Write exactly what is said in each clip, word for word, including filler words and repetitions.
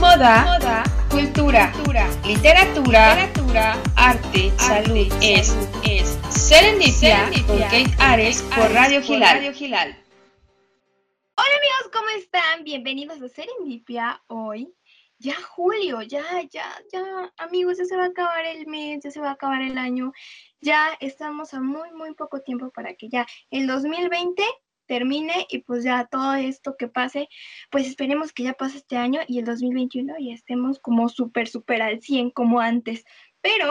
moda, moda, cultura, cultura, literatura, literatura, arte, arte, salud, es, salud, es Serendipia con Kate Ares por Radio Gilal. Hola amigos, ¿cómo están? Bienvenidos a Serendipia. Hoy, ya julio, ya, ya, ya, amigos, ya se va a acabar el mes, ya se va a acabar el año. Ya estamos a muy, muy poco tiempo para que ya el dos mil veinte termine y pues ya todo esto que pase, pues esperemos que ya pase este año y el dos mil veintiuno ya estemos como súper, súper al cien como antes. Pero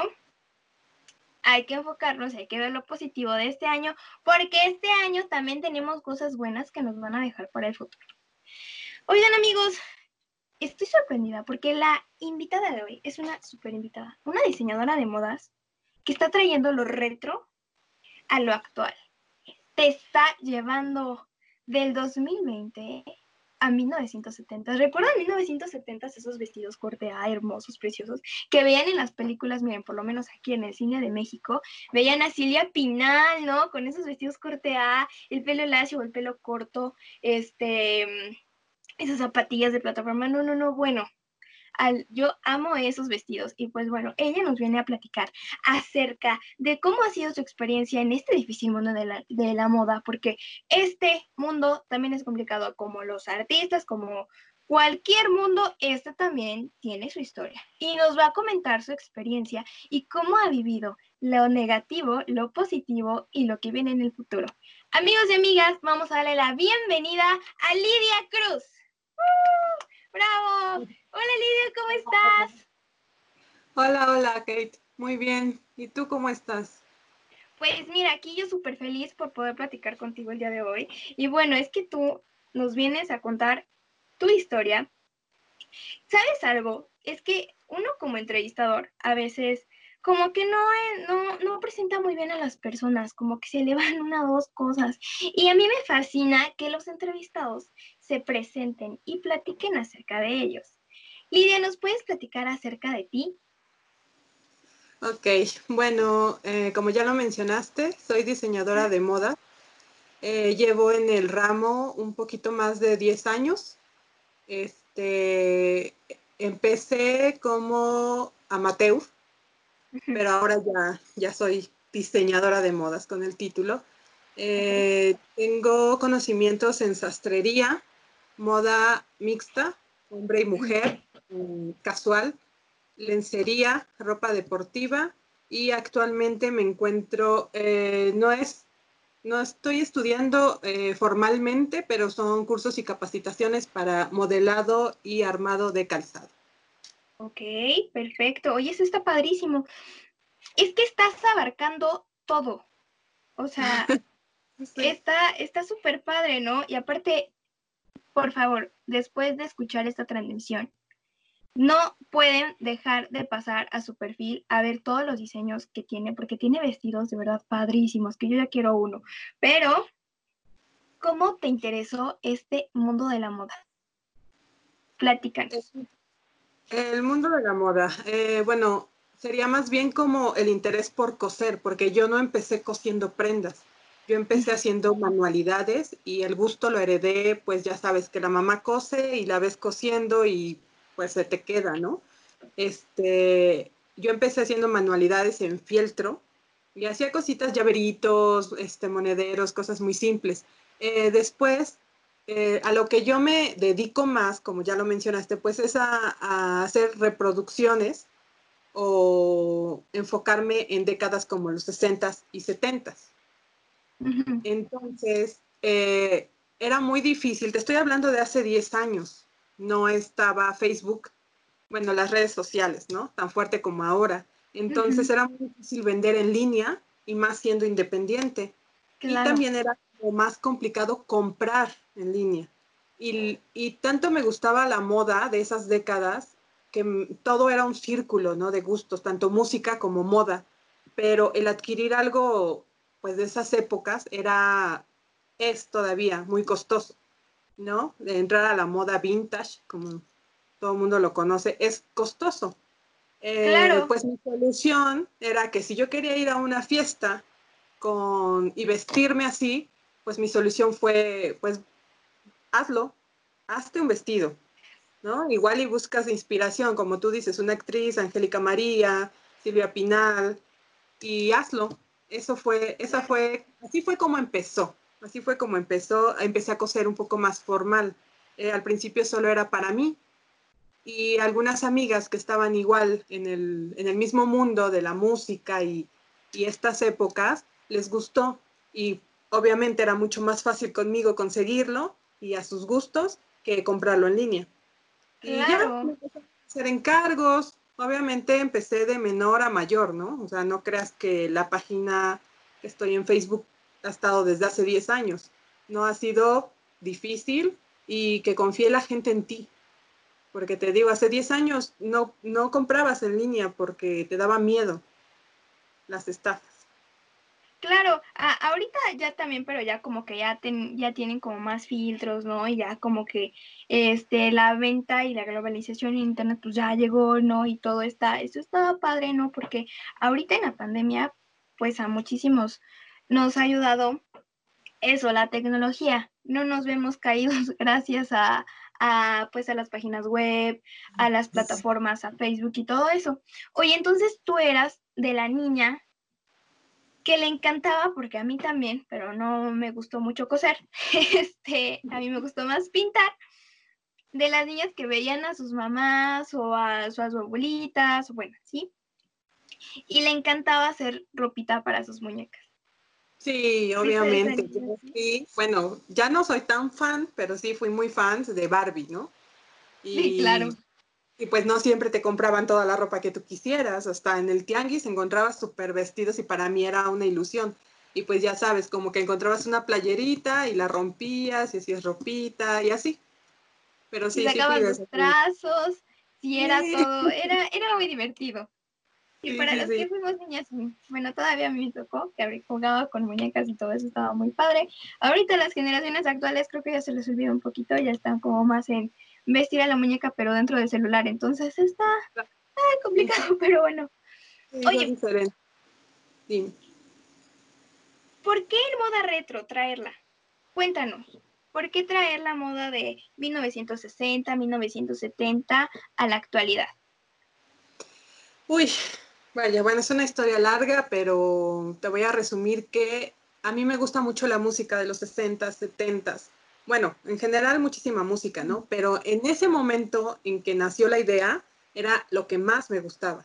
hay que enfocarnos, hay que ver lo positivo de este año, porque este año también tenemos cosas buenas que nos van a dejar para el futuro. Oigan amigos, estoy sorprendida porque la invitada de hoy es una súper invitada, una diseñadora de modas que está trayendo lo retro a lo actual. Te está llevando del dos mil veinte a mil novecientos setenta. ¿Recuerdan mil novecientos setenta esos vestidos corte A hermosos, preciosos, que veían en las películas? Miren, por lo menos aquí en el cine de México, veían a Silvia Pinal, ¿no? Con esos vestidos corte A, el pelo lacio o el pelo corto, este, esas zapatillas de plataforma. No, no, no, bueno. Al, yo amo esos vestidos y pues bueno, ella nos viene a platicar acerca de cómo ha sido su experiencia en este difícil mundo de la, de la moda, porque este mundo también es complicado, como los artistas, como cualquier mundo, este también tiene su historia y nos va a comentar su experiencia y cómo ha vivido lo negativo, lo positivo y lo que viene en el futuro. Amigos y amigas, vamos a darle la bienvenida a Lidia Cruz. ¡Uh! ¡Bravo! Hola Lidia, ¿cómo estás? Hola, hola Kate, muy bien. ¿Y tú cómo estás? Pues mira, aquí yo súper feliz por poder platicar contigo el día de hoy. Y bueno, es que tú nos vienes a contar tu historia. ¿Sabes algo? Es que uno como entrevistador a veces como que no, no, no presenta muy bien a las personas, como que se le van una o dos cosas. Y a mí me fascina que los entrevistados se presenten y platiquen acerca de ellos. Lidia, ¿nos puedes platicar acerca de ti? Ok, bueno, eh, como ya lo mencionaste, soy diseñadora de moda. Eh, llevo en el ramo un poquito más de diez años. Este, empecé como amateur, pero ahora ya, ya soy diseñadora de modas con el título. Eh, tengo conocimientos en sastrería, moda mixta, hombre y mujer, eh, casual, lencería, ropa deportiva, y actualmente me encuentro, eh, no es, no estoy estudiando eh, formalmente, pero son cursos y capacitaciones para modelado y armado de calzado. Ok, perfecto. Oye, eso está padrísimo. Es que estás abarcando todo. O sea, Sí. está está súper padre, ¿no? Y aparte, por favor, después de escuchar esta transmisión, no pueden dejar de pasar a su perfil a ver todos los diseños que tiene, porque tiene vestidos de verdad padrísimos, que yo ya quiero uno. Pero, ¿cómo te interesó este mundo de la moda? Platícanos. El mundo de la moda, eh, bueno, sería más bien como el interés por coser, porque yo no empecé cosiendo prendas. Yo empecé haciendo manualidades y el gusto lo heredé, pues ya sabes que la mamá cose y la ves cosiendo y pues se te queda, ¿no? Este, yo empecé haciendo manualidades en fieltro y hacía cositas, llaveritos, este, monederos, cosas muy simples. Eh, después, eh, a lo que yo me dedico más, como ya lo mencionaste, pues es a, a hacer reproducciones o enfocarme en décadas como los sesentas y setentas. Uh-huh. Entonces, eh, era muy difícil, te estoy hablando de hace diez años, no estaba Facebook, bueno, las redes sociales, ¿no? Tan fuerte como ahora. Entonces, uh-huh, era muy difícil vender en línea y más siendo independiente. Claro. Y también era como más complicado comprar en línea. Y, y tanto me gustaba la moda de esas décadas que todo era un círculo, ¿no? De gustos, tanto música como moda. Pero el adquirir algo, pues de esas épocas, era, es todavía muy costoso, ¿no? De entrar a la moda vintage, como todo el mundo lo conoce, es costoso. Eh, claro. Pues mi solución era que si yo quería ir a una fiesta con, y vestirme así, pues mi solución fue, pues hazlo, hazte un vestido, ¿no? Igual y buscas inspiración, como tú dices, una actriz, Angélica María, Silvia Pinal, y hazlo. Eso fue, esa fue, así fue como empezó. Así fue como empezó, empecé a coser un poco más formal. Eh, al principio solo era para mí, y algunas amigas que estaban igual en el, en el mismo mundo de la música y, y estas épocas, les gustó, y obviamente era mucho más fácil conmigo conseguirlo y a sus gustos que comprarlo en línea. Y ya, me Claro. empecé a hacer encargos. Obviamente empecé de menor a mayor, ¿no? O sea, no creas que la página que estoy en Facebook ha estado desde hace diez años. No, ha sido difícil, y que confíe la gente en ti. Porque te digo, hace diez años no, no comprabas en línea porque te daba miedo las estafas. Claro, a- ahorita ya también, pero ya como que ya, ten- ya tienen como más filtros, ¿no? Y ya como que este, la venta y la globalización en internet pues ya llegó, ¿no? Y todo está, eso estaba padre, ¿no? Porque ahorita en la pandemia, pues a muchísimos nos ha ayudado eso, la tecnología. No nos vemos caídos gracias a, a, pues a las páginas web, a las plataformas, a Facebook y todo eso. Oye, entonces tú eras de la niña que le encantaba, porque a mí también, pero no me gustó mucho coser, este, a mí me gustó más pintar, de las niñas que veían a sus mamás o a, o a sus abuelitas, bueno, ¿sí? Y le encantaba hacer ropita para sus muñecas. Sí, ¿Fuiste de esa obviamente. Yo niña, sí? sí, bueno, ya no soy tan fan, pero sí fui muy fan de Barbie, ¿no? Sí, claro. Y, y pues no siempre te compraban toda la ropa que tú quisieras. Hasta en el tianguis encontrabas súper vestidos, y para mí era una ilusión. Y pues ya sabes, como que encontrabas una playerita y la rompías y hacías ropita y así. Pero Y sí, sí fui sacabas de los esa niña. trazos, si era Sí, todo, era, era muy divertido. Y sí, para sí, las que sí. fuimos niñas, bueno, todavía a mí me tocó, que abrí- jugaba con muñecas y todo eso estaba muy padre. Ahorita las generaciones actuales creo que ya se les olvida un poquito, ya están como más en vestir a la muñeca pero dentro del celular, entonces está Sí, complicado, pero bueno. sí, son Oye, diferentes. Sí. ¿por qué el moda retro traerla? Cuéntanos, ¿por qué traer la moda de mil novecientos sesenta, mil novecientos setenta a la actualidad? Uy, vaya, bueno, es una historia larga, pero te voy a resumir que a mí me gusta mucho la música de los sesenta, setenta. Bueno, en general muchísima música, ¿no? Pero en ese momento en que nació la idea, era lo que más me gustaba.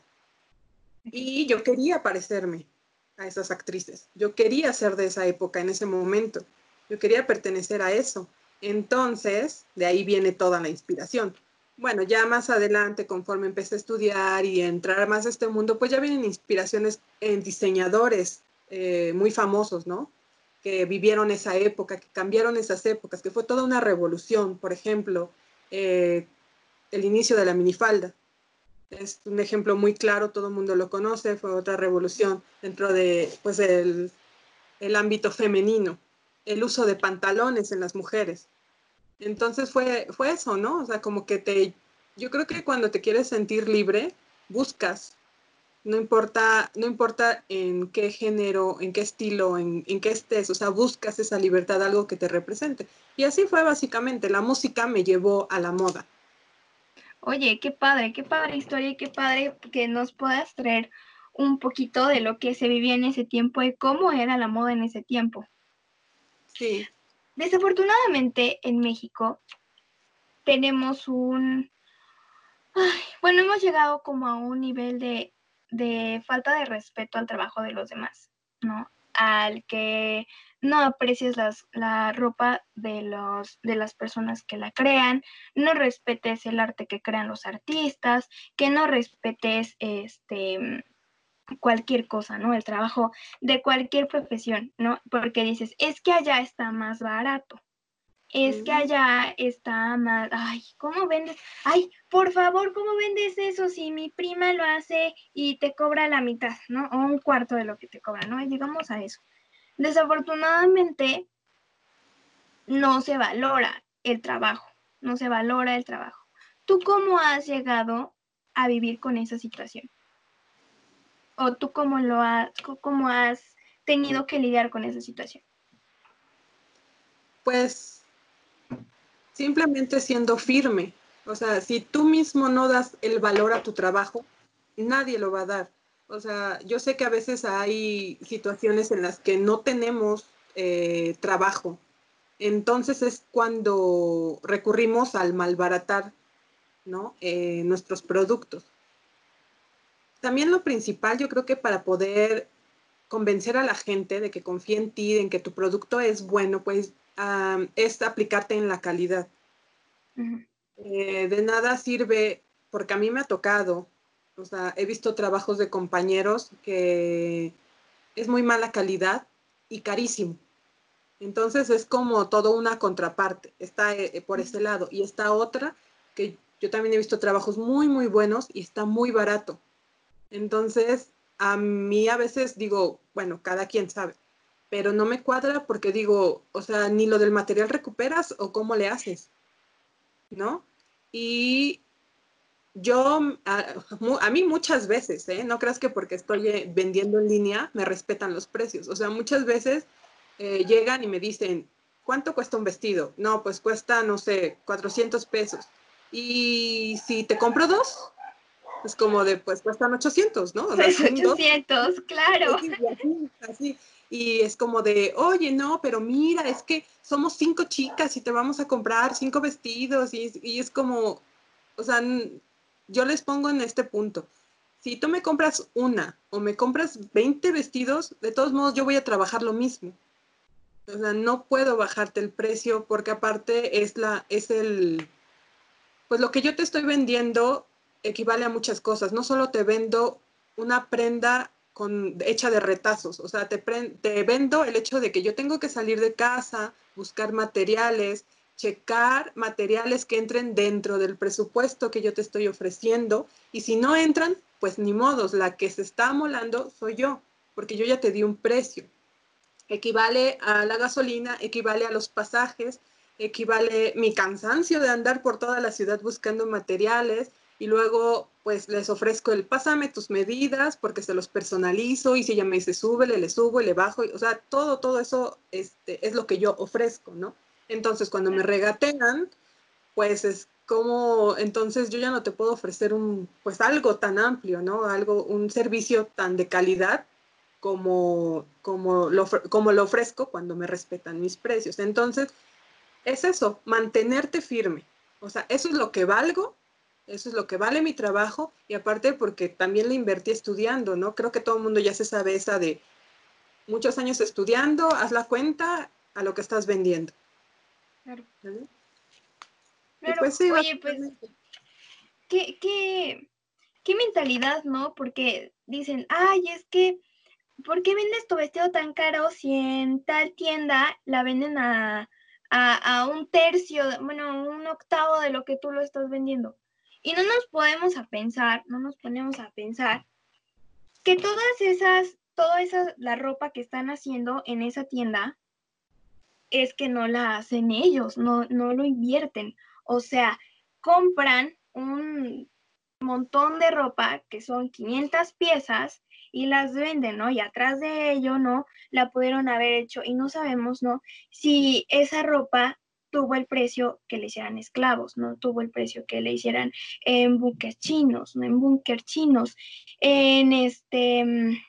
Y yo quería parecerme a esas actrices. Yo quería ser de esa época, en ese momento. Yo quería pertenecer a eso. Entonces, de ahí viene toda la inspiración. Bueno, ya más adelante, conforme empecé a estudiar y a entrar más a este mundo, pues ya vienen inspiraciones en diseñadores eh, muy famosos, ¿no? Que vivieron esa época, que cambiaron esas épocas, que fue toda una revolución. Por ejemplo, eh, el inicio de la minifalda es un ejemplo muy claro, todo el mundo lo conoce, fue otra revolución dentro de, pues, el, el ámbito femenino, el uso de pantalones en las mujeres. Entonces fue, fue eso, ¿no? O sea, como que te, yo creo que cuando te quieres sentir libre, buscas, no importa, no importa en qué género, en qué estilo, en, en qué estés, o sea, buscas esa libertad, algo que te represente. Y así fue básicamente, la música me llevó a la moda. Oye, qué padre, qué padre historia y qué padre que nos puedas traer un poquito de lo que se vivía en ese tiempo y cómo era la moda en ese tiempo. Sí. Desafortunadamente en México tenemos un, ay, bueno, hemos llegado como a un nivel de, de falta de respeto al trabajo de los demás, ¿no? Al que no aprecias las, la ropa de, los, de las personas que la crean, no respetes el arte que crean los artistas, que no respetes este, cualquier cosa, ¿no? El trabajo de cualquier profesión, ¿no? Porque dices, es que allá está más barato. Es que Mm. allá está más, ay, ¿cómo vendes? Ay, por favor, ¿cómo vendes eso si mi prima lo hace y te cobra la mitad, ¿no? O un cuarto de lo que te cobra, ¿no? Y llegamos a eso. Desafortunadamente, no se valora el trabajo, no se valora el trabajo. ¿Tú cómo has llegado a vivir con esa situación? ¿O tú cómo lo has, cómo has tenido que lidiar con esa situación? Pues simplemente siendo firme, O sea, si tú mismo no das el valor a tu trabajo, nadie lo va a dar. O sea, yo sé que a veces hay situaciones en las que no tenemos eh, trabajo. Entonces es cuando recurrimos al malbaratar, ¿no? Eh, nuestros productos. También lo principal, yo creo que para poder convencer a la gente de que confíe en ti, en que tu producto es bueno, pues um, es aplicarte en la calidad. Uh-huh. Eh, de nada sirve, porque a mí me ha tocado, o sea, he visto trabajos de compañeros que es muy mala calidad y carísimo. Entonces es como todo una contraparte, está eh, por ese lado. Y esta otra, que yo también he visto trabajos muy, muy buenos y está muy barato. Entonces, a mí a veces digo, bueno, cada quien sabe, pero no me cuadra porque digo, o sea, ni lo del material recuperas o cómo le haces, ¿no? Y yo, a, a mí muchas veces, ¿eh? No creas que porque estoy vendiendo en línea me respetan los precios. O sea, muchas veces eh, llegan y me dicen, ¿cuánto cuesta un vestido? No, pues cuesta, no sé, cuatrocientos pesos. Y si te compro dos, es como de, pues cuestan ochocientos, ¿no? O sea, pues son ochocientos, dos. Claro. Sí, y así, así. Y es como de, oye, no, pero mira, es que somos cinco chicas y te vamos a comprar cinco vestidos. Y, y es como, o sea, yo les pongo en este punto. Si tú me compras una o me compras veinte vestidos, de todos modos yo voy a trabajar lo mismo. O sea, no puedo bajarte el precio porque aparte es la, es el, pues lo que yo te estoy vendiendo equivale a muchas cosas. No solo te vendo una prenda con, hecha de retazos, o sea, te, te vendo el hecho de que yo tengo que salir de casa, buscar materiales, checar materiales que entren dentro del presupuesto que yo te estoy ofreciendo, y si no entran, pues ni modos, la que se está amolando soy yo, porque yo ya te di un precio. Equivale a la gasolina, equivale a los pasajes, equivale mi cansancio de andar por toda la ciudad buscando materiales, y luego pues les ofrezco el pásame tus medidas porque se los personalizo, y si ella me dice súbele, le subo y le bajo, o sea, todo, todo eso este, es lo que yo ofrezco, ¿no? Entonces cuando me regatean, pues es como, entonces yo ya no te puedo ofrecer un, pues algo tan amplio, ¿no? Algo, un servicio tan de calidad como, como, lo, como lo ofrezco cuando me respetan mis precios. Entonces, es eso, mantenerte firme. O sea, eso es lo que valgo, eso es lo que vale mi trabajo, y aparte porque también le invertí estudiando, ¿no? Creo que todo el mundo ya se sabe esa de muchos años estudiando, haz la cuenta a lo que estás vendiendo. Claro. ¿Vale? Claro. Pues sí, oye, pues, ¿qué, qué, qué mentalidad, ¿no? Porque dicen, ay, es que, ¿por qué vendes tu vestido tan caro si en tal tienda la venden a, a, a un tercio, bueno, un octavo de lo que tú lo estás vendiendo? Y no nos podemos a pensar, no nos ponemos a pensar que todas esas, toda esa, la ropa que están haciendo en esa tienda es que no la hacen ellos, no, no lo invierten. O sea, compran un montón de ropa que son quinientas piezas y las venden, ¿no? Y atrás de ello, ¿no? La pudieron haber hecho y no sabemos, ¿no? Si esa ropa tuvo el precio que le hicieran esclavos, no tuvo el precio que le hicieran en buques chinos, ¿no? En búnker chinos, en este,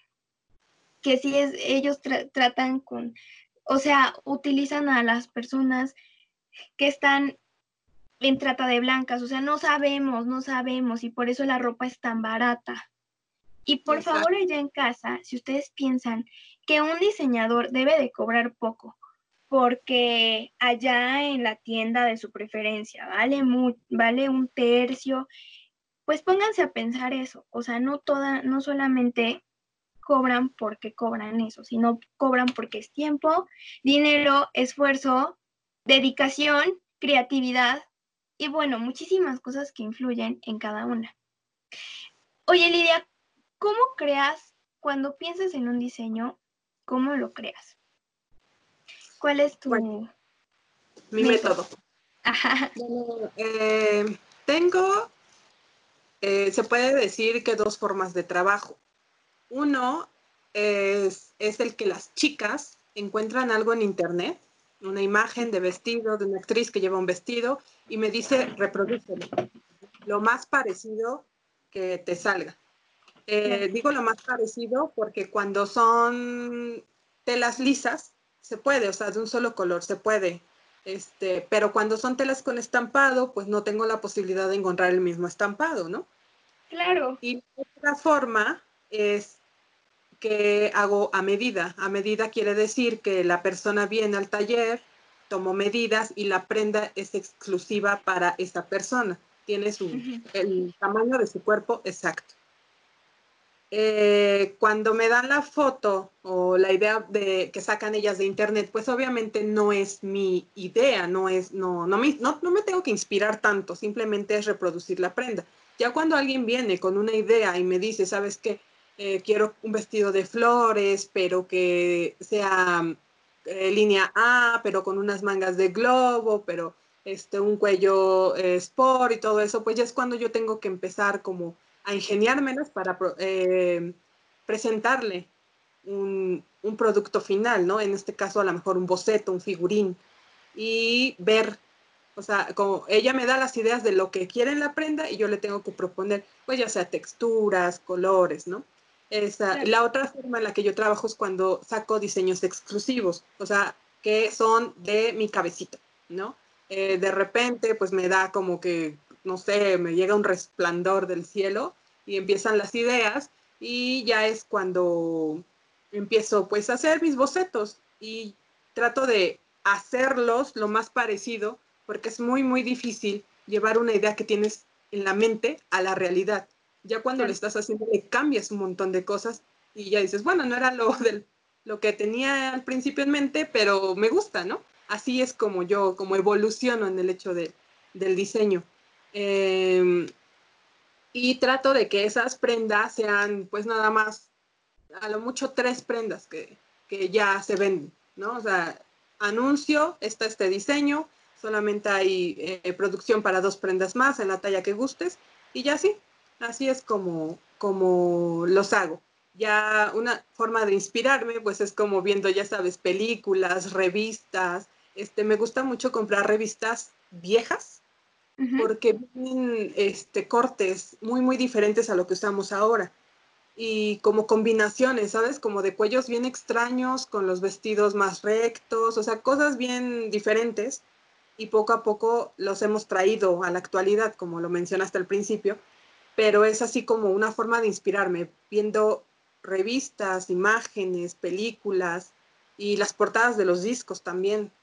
que si es, ellos tra tratan con, o sea, utilizan a las personas que están en trata de blancas, o sea, no sabemos, no sabemos, y por eso la ropa es tan barata. Y por Exacto. favor, allá en casa, si ustedes piensan que un diseñador debe de cobrar poco, porque allá en la tienda de su preferencia vale, muy, vale un tercio, pues pónganse a pensar eso, o sea, no toda, no solamente cobran porque cobran eso, sino cobran porque es tiempo, dinero, esfuerzo, dedicación, creatividad y bueno, muchísimas cosas que influyen en cada una. Oye, Lidia, ¿cómo creas cuando piensas en un diseño? ¿Cómo lo creas? ¿Cuál es tu bueno, mi método? método? Ajá. Bueno, eh, tengo, eh, se puede decir que dos formas de trabajo. Uno es, es el que las chicas encuentran algo en internet, una imagen de vestido, de una actriz que lleva un vestido, y me dice reprodúcelo, lo más parecido que te salga. Eh, digo lo más parecido porque cuando son telas lisas, se puede, o sea, de un solo color, se puede. Este, pero cuando son telas con estampado, pues no tengo la posibilidad de encontrar el mismo estampado, ¿no? Claro. Y otra forma es que hago a medida. A medida quiere decir que la persona viene al taller, tomó medidas y la prenda es exclusiva para esa persona. Tiene su, uh-huh. el tamaño de su cuerpo exacto. Eh, cuando me dan la foto o la idea de, que sacan ellas de internet, pues obviamente no es mi idea, no, es, no, no, me, no, no me tengo que inspirar tanto, simplemente es reproducir la prenda. Ya cuando alguien viene con una idea y me dice, ¿sabes qué? Eh, quiero un vestido de flores, pero que sea eh, línea A, pero con unas mangas de globo, pero este, un cuello eh, sport y todo eso, pues ya es cuando yo tengo que empezar como a ingeniármelas para eh, presentarle un, un producto final, ¿no? En este caso, a lo mejor un boceto, un figurín, y ver, o sea, como ella me da las ideas de lo que quiere en la prenda y yo le tengo que proponer, pues ya sea texturas, colores, ¿no? Esa, claro. La otra forma en la que yo trabajo es cuando saco diseños exclusivos, o sea, que son de mi cabecita, ¿no? Eh, de repente, pues me da como que, no sé, me llega un resplandor del cielo y empiezan las ideas y ya es cuando empiezo pues a hacer mis bocetos y trato de hacerlos lo más parecido porque es muy, muy difícil llevar una idea que tienes en la mente a la realidad. Ya cuando claro. le estás haciendo, le cambias un montón de cosas y ya dices, bueno, no era lo, del, lo que tenía al principio en mente, pero me gusta, ¿no? Así es como yo, como evoluciono en el hecho de, del diseño. Eh, y trato de que esas prendas sean, pues nada más, a lo mucho tres prendas que, que ya se venden, ¿no? O sea, anuncio, está este diseño, solamente hay eh, producción para dos prendas más en la talla que gustes, y ya sí, así es como, como los hago. Ya una forma de inspirarme, pues es como viendo, ya sabes, películas, revistas. Este, me gusta mucho comprar revistas viejas, uh-huh. porque vienen este, cortes muy, muy diferentes a lo que usamos ahora. Y como combinaciones, ¿sabes? Como de cuellos bien extraños, con los vestidos más rectos, o sea, cosas bien diferentes. Y poco a poco los hemos traído a la actualidad, como lo mencionaste al principio. Pero es así como una forma de inspirarme, viendo revistas, imágenes, películas y las portadas de los discos también.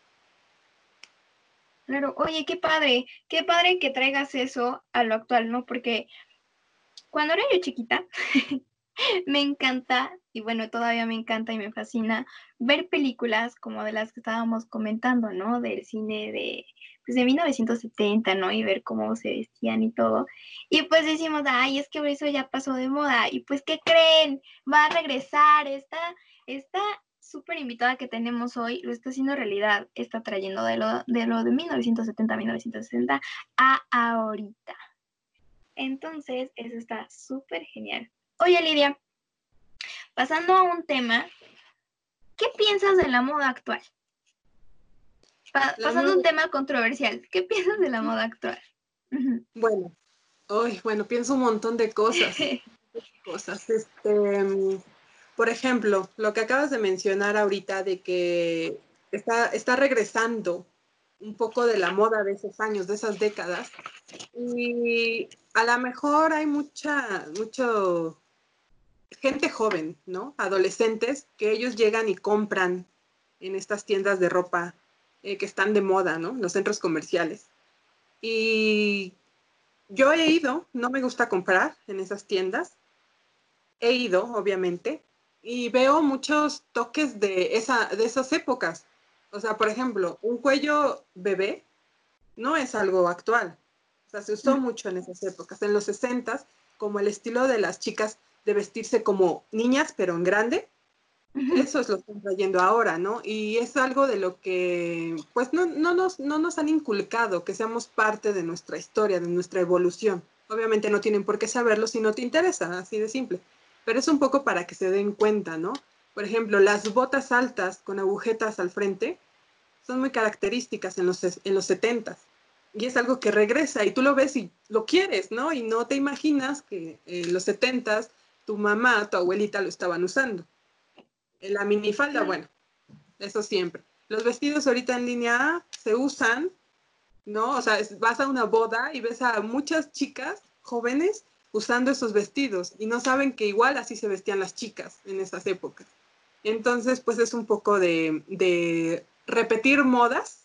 Claro, oye, qué padre, qué padre que traigas eso a lo actual, ¿no? Porque cuando era yo chiquita, me encanta, y bueno, todavía me encanta y me fascina ver películas como de las que estábamos comentando, ¿no? Del cine de, pues de mil novecientos setenta, ¿no? Y ver cómo se vestían y todo. Y pues decimos, ay, es que eso ya pasó de moda. Y pues, ¿qué creen? Va a regresar esta, esta súper invitada que tenemos hoy, lo está haciendo realidad, está trayendo de lo de, lo de mil novecientos setenta a mil novecientos sesenta a ahorita. Entonces, eso está súper genial. Oye, Lidia, pasando a un tema, ¿qué piensas de la moda actual? Pa pasando moda... a un tema controversial, ¿qué piensas de la moda actual? Bueno, hoy, bueno, pienso un montón de cosas. cosas. Este, por ejemplo, lo que acabas de mencionar ahorita de que está, está regresando un poco de la moda de esos años, de esas décadas, y a lo mejor hay mucha, mucho gente joven, ¿no? Adolescentes, que ellos llegan y compran en estas tiendas de ropa eh, que están de moda, ¿no? Los centros comerciales. Y yo he ido, no me gusta comprar en esas tiendas, he ido, obviamente, y veo muchos toques de, esa, de esas épocas. O sea, por ejemplo, un cuello bebé no es algo actual. O sea, se usó mucho en esas épocas. En los sesentas, como el estilo de las chicas de vestirse como niñas, pero en grande, eso es lo que están trayendo ahora, ¿no? Y es algo de lo que, pues, no, no, nos, no nos han inculcado, que seamos parte de nuestra historia, de nuestra evolución. Obviamente no tienen por qué saberlo si no te interesa, así de simple. Pero es un poco para que se den cuenta, ¿no? Por ejemplo, las botas altas con agujetas al frente son muy características en los, en los setentas. y es algo que regresa y tú lo ves y lo quieres, ¿no? Y no te imaginas que en los setentas tu mamá, tu abuelita lo estaban usando. En la minifalda, bueno, eso siempre. Los vestidos ahorita en línea se usan, ¿no? O sea, es, vas a una boda y ves a muchas chicas jóvenes usando esos vestidos y no saben que igual así se vestían las chicas en esas épocas. Entonces, pues es un poco de, de repetir modas.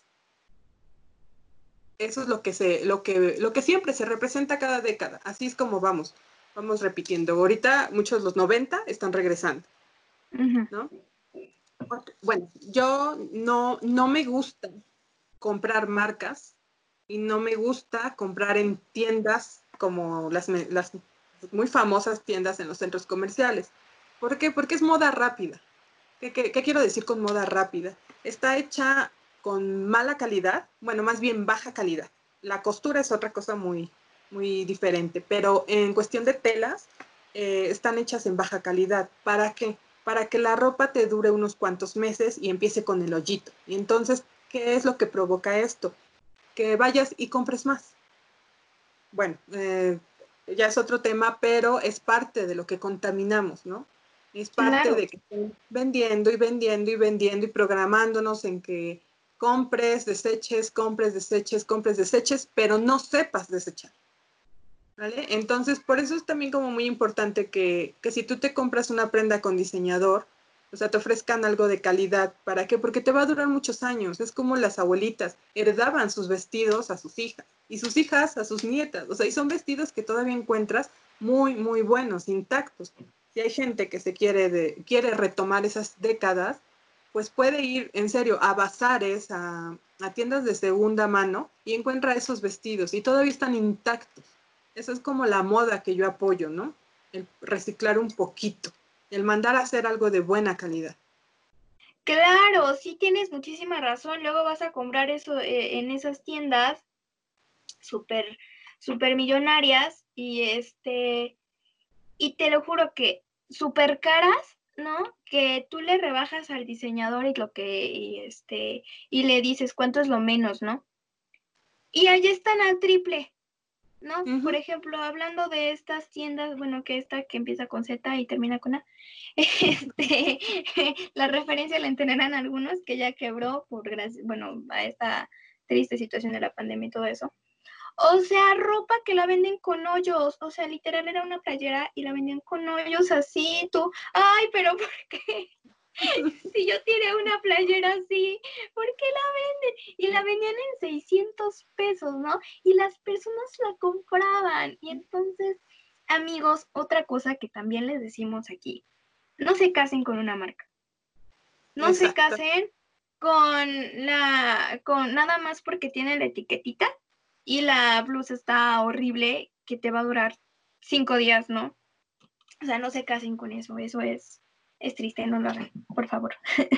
Eso es lo que, se, lo, que, lo que siempre se representa cada década. Así es como vamos, vamos repitiendo. Ahorita muchos de los noventa están regresando, ¿no? Bueno, yo no, no me gusta comprar marcas y no me gusta comprar en tiendas como las, las muy famosas tiendas en los centros comerciales. ¿Por qué? Porque es moda rápida. ¿Qué, qué, qué quiero decir con moda rápida? Está hecha con mala calidad, bueno, más bien baja calidad. La costura es otra cosa muy, muy diferente, pero en cuestión de telas, eh, están hechas en baja calidad. ¿Para qué? Para que la ropa te dure unos cuantos meses y empiece con el hoyito. Y entonces, ¿qué es lo que provoca esto? Que vayas y compres más. Bueno, eh, ya es otro tema, pero es parte de lo que contaminamos, ¿no? Es parte Claro. de que estén vendiendo y vendiendo y vendiendo y programándonos en que compres, deseches, compres, deseches, compres, deseches, pero no sepas desechar. ¿Vale? Entonces, por eso es también como muy importante que, que si tú te compras una prenda con diseñador, o sea, te ofrezcan algo de calidad. ¿Para qué? Porque te va a durar muchos años. Es como las abuelitas heredaban sus vestidos a sus hijas y sus hijas a sus nietas. O sea, y son vestidos que todavía encuentras muy, muy buenos, intactos. Si hay gente que se quiere, de, quiere retomar esas décadas, pues puede ir, en serio, a bazares, a, a tiendas de segunda mano y encuentra esos vestidos y todavía están intactos. Eso es como la moda que yo apoyo, ¿no? El reciclar un poquito, el mandar a hacer algo de buena calidad. Claro, sí tienes muchísima razón. Luego vas a comprar eso eh, en esas tiendas súper, súper millonarias y este, y te lo juro que súper caras, ¿no? Que tú le rebajas al diseñador y lo que, y este, y le dices cuánto es lo menos, ¿no? Y allí están al triple, ¿no? Uh-huh. Por ejemplo, hablando de estas tiendas, bueno, que esta que empieza con Z y termina con A, este, la referencia la entenderán algunos que ya quebró por gracias, bueno, a esta triste situación de la pandemia y todo eso. O sea, ropa que la venden con hoyos, o sea, literal era una playera y la vendían con hoyos así, tú, ay, pero ¿por qué? Si yo tiré una playera así, ¿por qué la venden? Y la vendían en seiscientos pesos, ¿no? Y las personas la compraban. Y entonces, amigos, otra cosa que también les decimos aquí, no se casen con una marca. No Exacto. se casen con la, con nada más porque tiene la etiquetita y la blusa está horrible que te va a durar cinco días, ¿no? O sea, no se casen con eso, eso es, es triste, no lo hagan, por favor.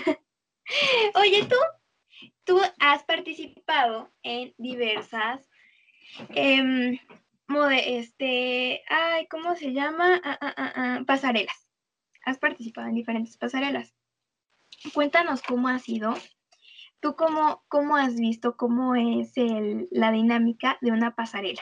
Oye, tú, tú has participado en diversas, eh, mode, este, ay, ¿cómo se llama? Ah, ah, ah, ah, pasarelas. Has participado en diferentes pasarelas. Cuéntanos cómo ha sido. ¿Tú cómo, cómo has visto cómo es el, la dinámica de una pasarela?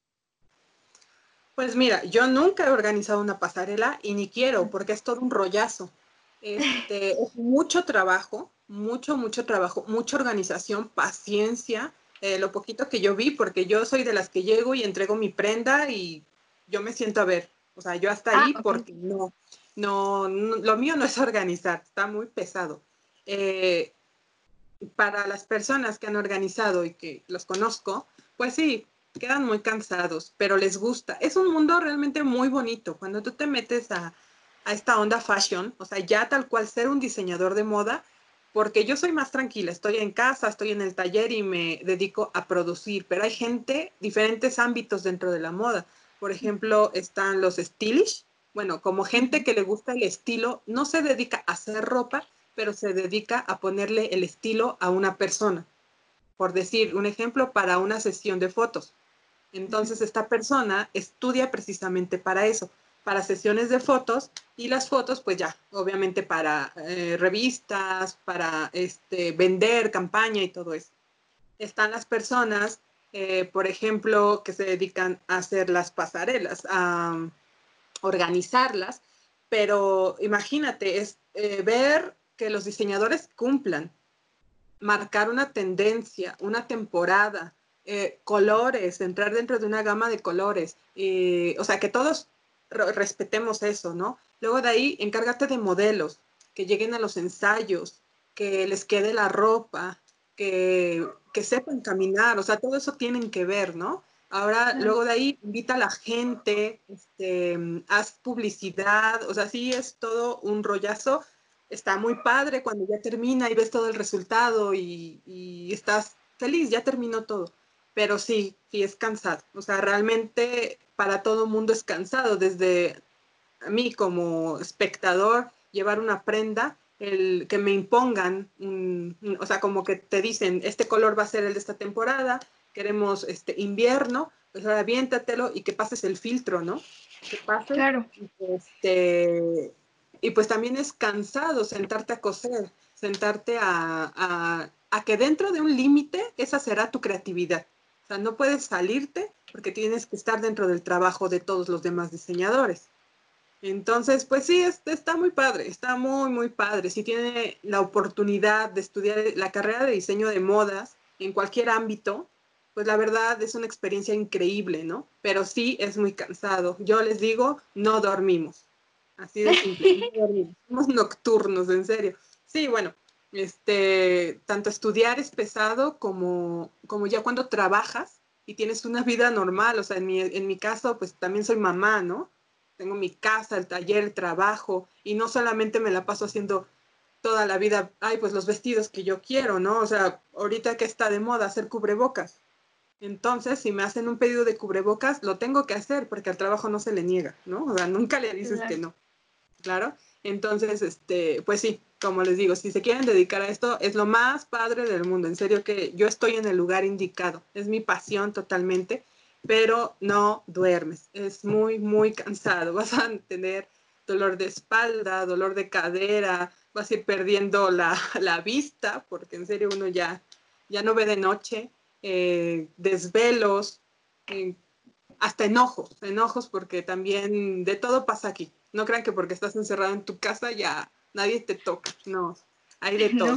Pues mira, yo nunca he organizado una pasarela y ni quiero porque es todo un rollazo. Este, es mucho trabajo, mucho, mucho trabajo, mucha organización, paciencia, eh, lo poquito que yo vi, porque yo soy de las que llego y entrego mi prenda y yo me siento a ver. O sea, yo hasta ahí Ah, okay. porque no, no, no, lo mío no es organizar, está muy pesado. Eh, para las personas que han organizado y que los conozco, pues sí, quedan muy cansados, pero les gusta. Es un mundo realmente muy bonito. Cuando tú te metes a, a esta onda fashion, o sea, ya tal cual ser un diseñador de moda, porque yo soy más tranquila, estoy en casa, estoy en el taller y me dedico a producir, pero hay gente, diferentes ámbitos dentro de la moda. Por ejemplo, están los stylish, bueno, como gente que le gusta el estilo, no se dedica a hacer ropa, pero se dedica a ponerle el estilo a una persona. Por decir un ejemplo, para una sesión de fotos. Entonces esta persona estudia precisamente para eso, para sesiones de fotos y las fotos pues ya, obviamente para eh, revistas, para este, vender campaña y todo eso. Están las personas eh, por ejemplo, que se dedican a hacer las pasarelas, a um, organizarlas, pero imagínate, es eh, ver que los diseñadores cumplan, marcar una tendencia, una temporada, eh, colores, entrar dentro de una gama de colores, eh, o sea, que todos respetemos eso, ¿no? Luego de ahí, encárgate de modelos, que lleguen a los ensayos, que les quede la ropa, que, que sepan caminar, o sea, todo eso tienen que ver, ¿no? Ahora, claro. Luego de ahí, invita a la gente, este, haz publicidad, o sea, sí es todo un rollazo. Está muy padre cuando ya termina y ves todo el resultado y, y estás feliz, ya terminó todo. Pero sí, sí es cansado. O sea, realmente para todo mundo es cansado. Desde a mí como espectador, llevar una prenda, el que me impongan, un, un, o sea, como que te dicen, este color va a ser el de esta temporada, queremos este invierno, pues ahora aviéntatelo y que pases el filtro, ¿no? Que pases, claro. Este, y pues también es cansado sentarte a coser, sentarte a, a, a que dentro de un límite esa será tu creatividad. O sea, no puedes salirte porque tienes que estar dentro del trabajo de todos los demás diseñadores. Entonces, pues sí, es, está muy padre, está muy, muy padre. Si tiene la oportunidad de estudiar la carrera de diseño de modas en cualquier ámbito, pues la verdad es una experiencia increíble, ¿no? Pero sí es muy cansado. Yo les digo, no dormimos. Así de simple, no dormimos. Somos nocturnos, en serio. Sí, bueno, este, tanto estudiar es pesado como, como ya cuando trabajas y tienes una vida normal. O sea, en mi, en mi caso, pues también soy mamá, ¿no? Tengo mi casa, el taller, el trabajo, y no solamente me la paso haciendo toda la vida, ay, pues los vestidos que yo quiero, ¿no? O sea, ahorita que está de moda hacer cubrebocas. Entonces, si me hacen un pedido de cubrebocas, lo tengo que hacer porque al trabajo no se le niega, ¿no? O sea, nunca le dices claro. que no. Claro. Entonces, este, pues sí, como les digo, si se quieren dedicar a esto, es lo más padre del mundo. En serio que yo estoy en el lugar indicado. Es mi pasión totalmente. Pero no duermes, es muy, muy cansado, vas a tener dolor de espalda, dolor de cadera, vas a ir perdiendo la, la vista, porque en serio uno ya, ya no ve de noche, eh, desvelos, eh, hasta enojos, enojos porque también de todo pasa aquí. No crean que porque estás encerrado en tu casa ya nadie te toca, no, hay de todo. No.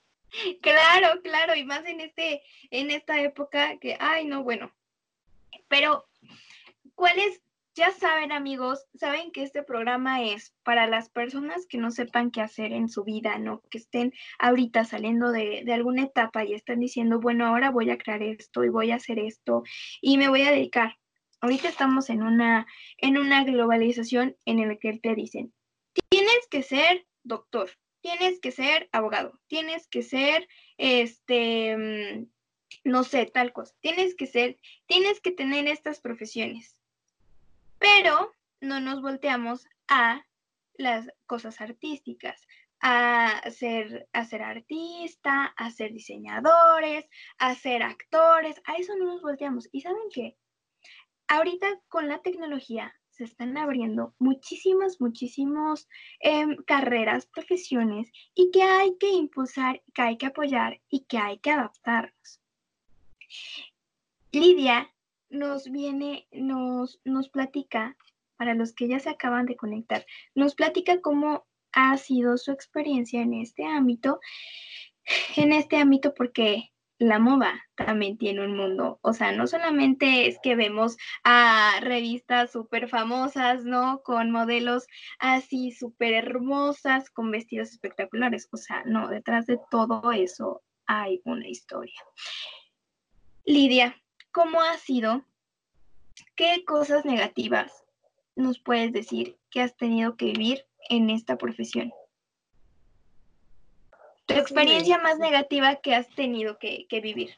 Claro, claro, y más en este, en esta época que, ay, no, bueno. Pero, ¿cuáles? Ya saben, amigos, saben que este programa es para las personas que no sepan qué hacer en su vida, ¿no? Que estén ahorita saliendo de, de alguna etapa y están diciendo, bueno, ahora voy a crear esto y voy a hacer esto y me voy a dedicar. Ahorita estamos en una, en una globalización en la que te dicen, tienes que ser doctor, tienes que ser abogado, tienes que ser, este, no sé, tal cosa, tienes que ser, tienes que tener estas profesiones. Pero no nos volteamos a las cosas artísticas, a ser, a ser artista, a ser diseñadores, a ser actores, a eso no nos volteamos. ¿Y saben qué? Ahorita con la tecnología se están abriendo muchísimas, muchísimas eh, carreras, profesiones y que hay que impulsar, que hay que apoyar y que hay que adaptarnos. Lidia nos viene, nos, nos platica, para los que ya se acaban de conectar, nos platica cómo ha sido su experiencia en este ámbito, en este ámbito porque la moda también tiene un mundo, o sea, no solamente es que vemos a revistas súper famosas, ¿no? Con modelos así súper hermosas, con vestidos espectaculares, o sea, no, detrás de todo eso hay una historia. Lidia, ¿cómo ha sido? ¿Qué cosas negativas nos puedes decir que has tenido que vivir en esta profesión? Tu experiencia sí, más sí. negativa que has tenido que, que vivir.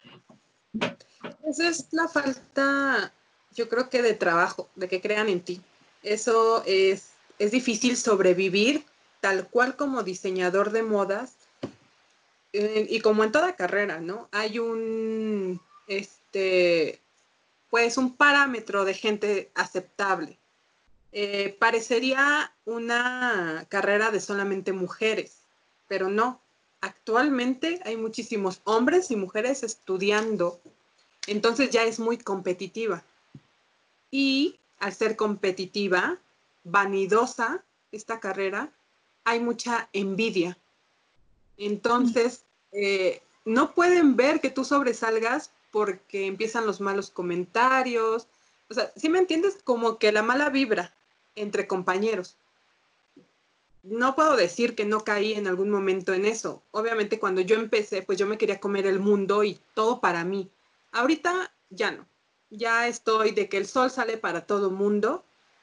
Esa es la falta, yo creo que de trabajo, de que crean en ti. Eso es, es difícil sobrevivir tal cual como diseñador de modas eh, y como en toda carrera, ¿no? Hay un, este, pues un parámetro de gente aceptable. Eh, parecería una carrera de solamente mujeres, pero no. Actualmente hay muchísimos hombres y mujeres estudiando Entonces ya es muy competitiva. Y al ser competitiva, vanidosa, esta carrera, hay mucha envidia. Entonces, eh, no pueden ver que tú sobresalgas porque empiezan los malos comentarios. O sea, ¿sí me entiendes? Como que la mala vibra entre compañeros. No puedo decir que no caí en algún momento en eso. Obviamente cuando yo empecé, pues yo me quería comer el mundo y todo para mí. Ahorita ya no. Ya estoy de que el sol sale para todo mundo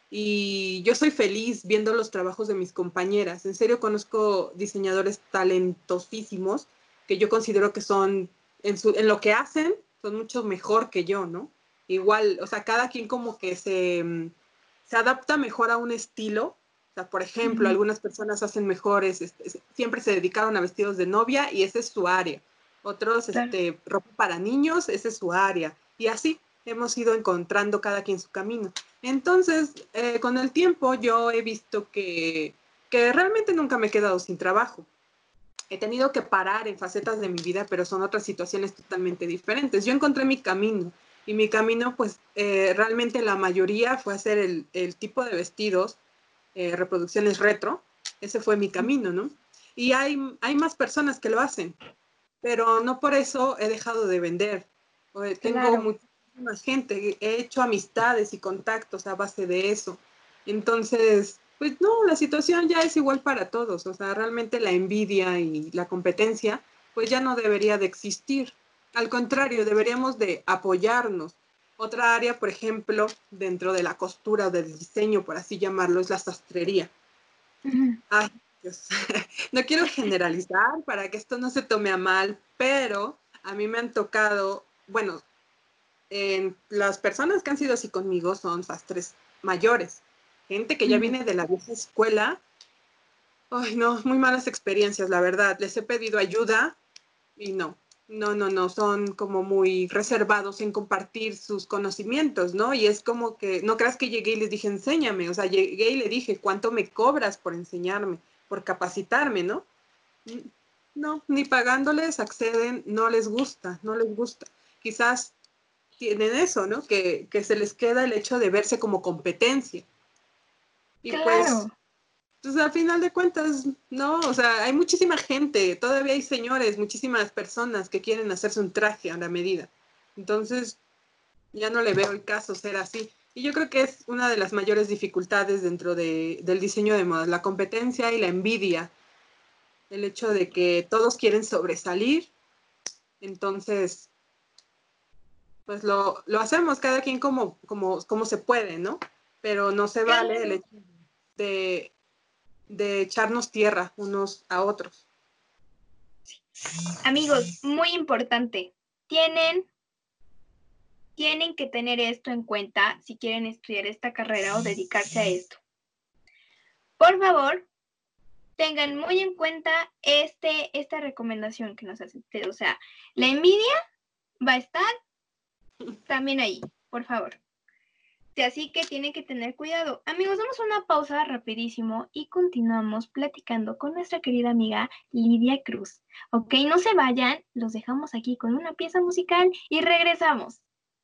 y yo soy feliz viendo los trabajos de mis compañeras. En serio conozco diseñadores talentosísimos que yo considero que son, en, su, en lo que hacen, son mucho mejor que yo, ¿no? Igual, o sea, cada quien como que se, se adapta mejor a un estilo. O sea, por ejemplo, uh-huh. algunas personas hacen mejores, este, siempre se dedicaron a vestidos de novia y esa es su área. Otros, claro. este, ropa para niños, esa es su área. Y así hemos ido encontrando cada quien su camino. Entonces, eh, con el tiempo yo he visto que, que realmente nunca me he quedado sin trabajo. He tenido que parar en facetas de mi vida, pero son otras situaciones totalmente diferentes. Yo encontré mi camino y mi camino, pues, eh, realmente la mayoría fue hacer el, el tipo de vestidos, eh, reproducciones retro. Ese fue mi camino, ¿no? Y hay, hay más personas que lo hacen, pero no por eso he dejado de vender. Tengo claro. muchísima gente, he hecho amistades y contactos a base de eso. Entonces, pues no, la situación ya es igual para todos. O sea, realmente la envidia y la competencia, pues ya no debería de existir. Al contrario, deberíamos de apoyarnos. Otra área, por ejemplo, dentro de la costura o del diseño, por así llamarlo, es la sastrería. Uh-huh. Ay, Dios. No quiero generalizar para que esto no se tome a mal, pero a mí me han tocado, bueno, eh, las personas que han sido así conmigo son sastres mayores, gente que ya uh-huh. viene de la vieja escuela. Ay, no, muy malas experiencias, la verdad. Les he pedido ayuda y no. No, no, no, son como muy reservados en compartir sus conocimientos, ¿no? Y es como que, no creas que llegué y les dije, enséñame, o sea, llegué y le dije, ¿cuánto me cobras por enseñarme, por capacitarme, ¿no? No, ni pagándoles acceden, no les gusta, no les gusta. Quizás tienen eso, ¿no? Que, que se les queda el hecho de verse como competencia. Y claro. pues... Entonces, al final de cuentas, no, o sea, hay muchísima gente, todavía hay señores, muchísimas personas que quieren hacerse un traje a la medida. Entonces, ya no le veo el caso ser así. Y yo creo que es una de las mayores dificultades dentro de, del diseño de modas, la competencia y la envidia. El hecho de que todos quieren sobresalir, entonces, pues lo, lo hacemos cada quien como, como, como se puede, ¿no? Pero no se vale el hecho de... de echarnos tierra unos a otros. Amigos, muy importante, tienen, tienen que tener esto en cuenta si quieren estudiar esta carrera o dedicarse a esto. Por favor, tengan muy en cuenta este, esta recomendación que nos hace usted. O sea, la envidia va a estar también ahí, por favor. Así que tienen que tener cuidado. Amigos, damos una pausa rapidísimo y continuamos platicando con nuestra querida amiga Lidia Cruz. Ok, no se vayan, los dejamos aquí con una pieza musical y regresamos.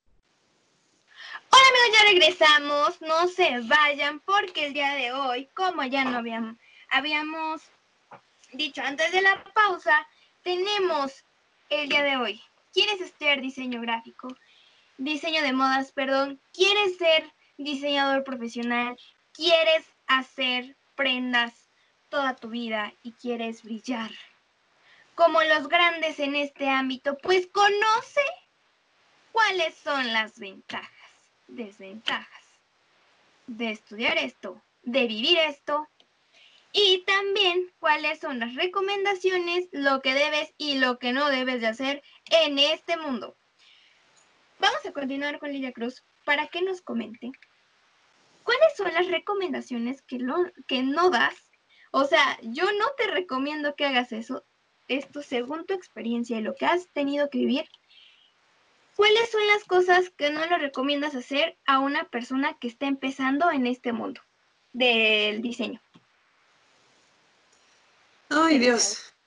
Hola amigos, ya regresamos, no se vayan porque el día de hoy, como ya no habíamos, habíamos dicho antes de la pausa, tenemos el día de hoy. ¿Quieres estudiar diseño gráfico? Diseño de modas, perdón, quieres ser diseñador profesional, quieres hacer prendas toda tu vida y quieres brillar como los grandes en este ámbito, pues conoce cuáles son las ventajas, desventajas de estudiar esto, de vivir esto y también cuáles son las recomendaciones, lo que debes y lo que no debes de hacer en este mundo. Vamos a continuar con Lidia Cruz para que nos comente cuáles son las recomendaciones que, lo, que no das. O sea, yo no te recomiendo que hagas eso, esto según tu experiencia y lo que has tenido que vivir. ¿Cuáles son las cosas que no le recomiendas hacer a una persona que está empezando en este mundo del diseño? Ay, Dios.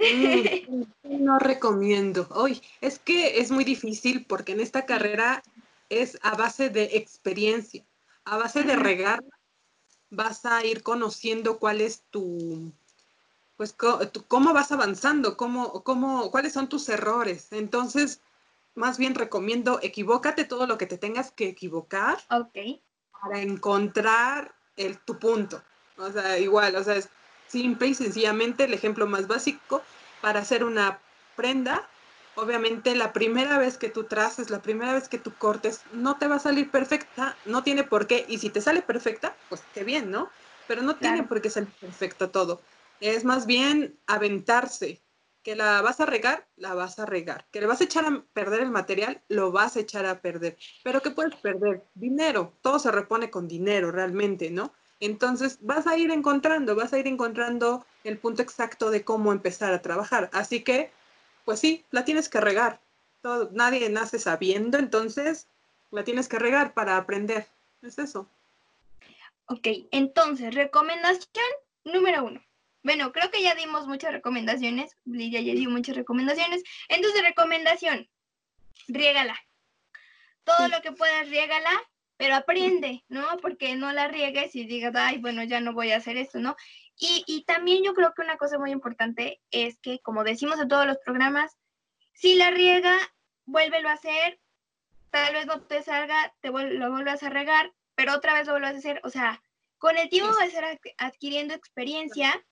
Mm, no recomiendo. Hoy es que es muy difícil porque en esta carrera es a base de experiencia, a base de Ujú. regar, vas a ir conociendo cuál es tu, pues, co- tu- cómo vas avanzando, cómo, cómo, cuáles son tus errores. Entonces, más bien recomiendo, equivócate todo lo que te tengas que equivocar Ok, para encontrar el, tu punto. O sea, igual, o sea, es simple y sencillamente el ejemplo más básico para hacer una prenda. Obviamente la primera vez que tú traces, la primera vez que tú cortes, no te va a salir perfecta, no tiene por qué. Y si te sale perfecta, pues qué bien, ¿no? Pero no tiene claro. por qué salir perfecto todo. Es más bien aventarse. Que la vas a regar, la vas a regar. Que le vas a echar a perder el material, lo vas a echar a perder. Pero ¿qué puedes perder? Dinero. Todo se repone con dinero realmente, ¿no? Entonces vas a ir encontrando, vas a ir encontrando el punto exacto de cómo empezar a trabajar. Así que, pues sí, la tienes que regar. Todo, nadie nace sabiendo, entonces la tienes que regar para aprender. Es eso. Ok, entonces, recomendación número uno. Bueno, creo que ya dimos muchas recomendaciones. Lidia ya dio muchas recomendaciones. Entonces, recomendación, riégala. Todo Sí. lo que puedas, riégala, pero aprende, ¿no? Porque no la riegues y digas, ay, bueno, ya no voy a hacer esto, ¿no? Y, y también yo creo que una cosa muy importante es que, como decimos en todos los programas, si la riega, vuélvelo a hacer, tal vez no te salga, te vuel lo vuelvas a regar, pero otra vez lo vuelvas a hacer, o sea, con el tiempo vas a estar adquiriendo experiencia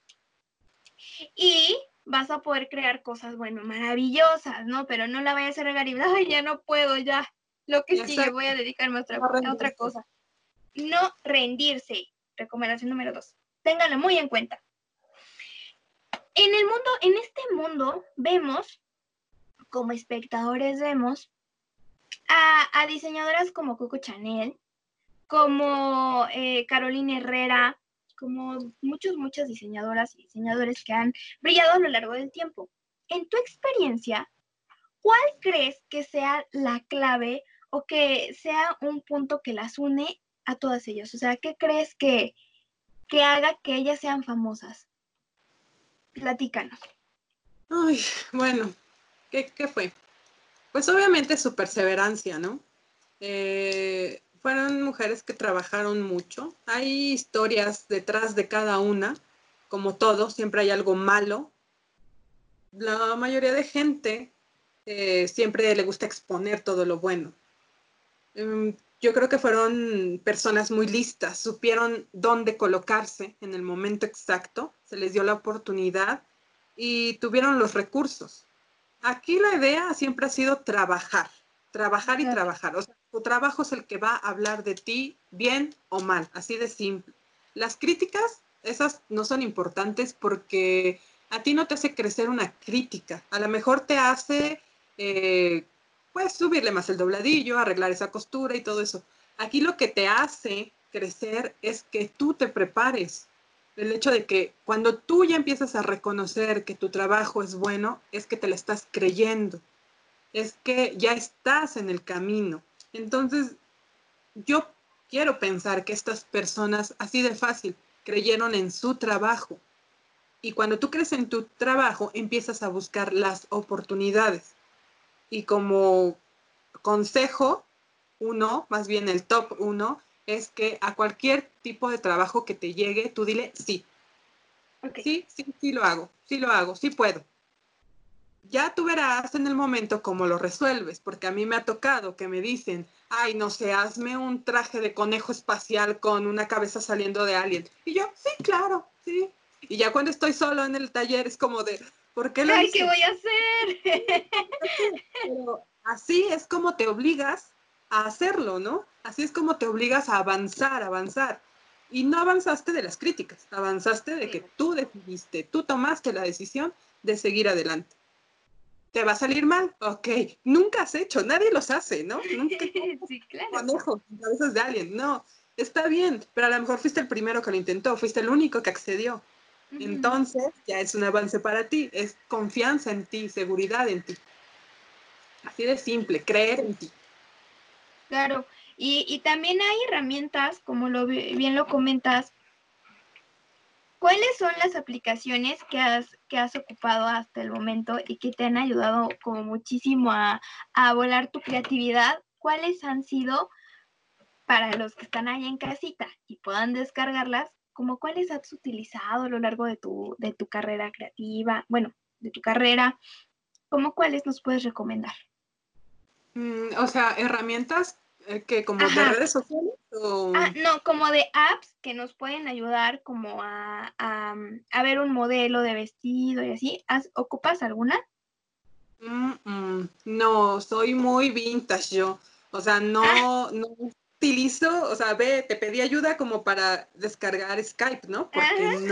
y vas a poder crear cosas, bueno, maravillosas, ¿no? Pero no la vayas a regar y, ay, ya no puedo, ya, lo que sigue, voy Exacto. a dedicarme a otra, No a otra rendirse. cosa. No rendirse. Recomendación número dos. Ténganlo muy en cuenta. En el mundo, en este mundo, vemos, como espectadores, vemos a, a diseñadoras como Coco Chanel, como eh, Carolina Herrera, como muchos, muchas diseñadoras y diseñadores que han brillado a lo largo del tiempo. En tu experiencia, ¿cuál crees que sea la clave o que sea un punto que las une a todas ellas? O sea, ¿qué crees que, que haga que ellas sean famosas? Platícanos. Ay, bueno, ¿qué, qué fue? Pues obviamente su perseverancia, ¿no? Eh, fueron mujeres que trabajaron mucho. Hay historias detrás de cada una, como todo, siempre hay algo malo. La mayoría de gente eh, siempre le gusta exponer todo lo bueno. Um, yo creo que fueron personas muy listas, supieron dónde colocarse en el momento exacto, se les dio la oportunidad y tuvieron los recursos. Aquí la idea siempre ha sido trabajar, trabajar y Claro. trabajar. O sea, tu trabajo es el que va a hablar de ti, bien o mal, así de simple. Las críticas, esas no son importantes porque a ti no te hace crecer una crítica. A lo mejor te hace, eh, pues, subirle más el dobladillo, arreglar esa costura y todo eso. Aquí lo que te hace crecer es que tú te prepares, el hecho de que cuando tú ya empiezas a reconocer que tu trabajo es bueno, es que te lo estás creyendo, es que ya estás en el camino. Entonces, yo quiero pensar que estas personas, así de fácil, creyeron en su trabajo. Y cuando tú crees en tu trabajo, empiezas a buscar las oportunidades. Y como consejo, uno, más bien el top uno, es que a cualquier tipo de trabajo que te llegue, tú dile sí. Ok. Sí, sí, sí lo hago, sí lo hago, sí puedo. Ya tú verás en el momento cómo lo resuelves, porque a mí me ha tocado que me dicen, ay, no sé, hazme un traje de conejo espacial con una cabeza saliendo de alien. Y yo, sí, claro, sí. Y ya cuando estoy solo en el taller es como de, ¿por qué lo Ay, ¿qué hice? voy a hacer? Pero así es como te obligas a hacerlo, ¿no? Así es como te obligas a avanzar, avanzar. Y no avanzaste de las críticas, avanzaste de que tú decidiste, tú tomaste la decisión de seguir adelante. ¿Te va a salir mal? Ok, nunca has hecho, nadie los hace, ¿no? Nunca Sí, claro. conejos, cabezas de alguien, no. Está bien, pero a lo mejor fuiste el primero que lo intentó, fuiste el único que accedió. Ujú. Entonces, ya es un avance para ti, es confianza en ti, seguridad en ti. Así de simple, creer en ti. Claro. Y, y también hay herramientas, como lo bi- bien lo comentas, ¿cuáles son las aplicaciones que has, que has ocupado hasta el momento y que te han ayudado como muchísimo a, a volar tu creatividad? ¿Cuáles han sido para los que están ahí en casita y puedan descargarlas? ¿Como cuáles has utilizado a lo largo de tu, de tu carrera creativa? Bueno, de tu carrera, ¿cómo cuáles nos puedes recomendar? Mm, o sea, herramientas eh, que como de Ajá. redes sociales o... Ah, no, como de apps que nos pueden ayudar como a, a, a ver un modelo de vestido y así. ¿Has- ¿Ocupas alguna? Mm, mm, no, soy muy vintage yo. O sea, Ah, no, no utilizo, o sea, ve, te pedí ayuda como para descargar Skype, ¿no? Porque ajá. no,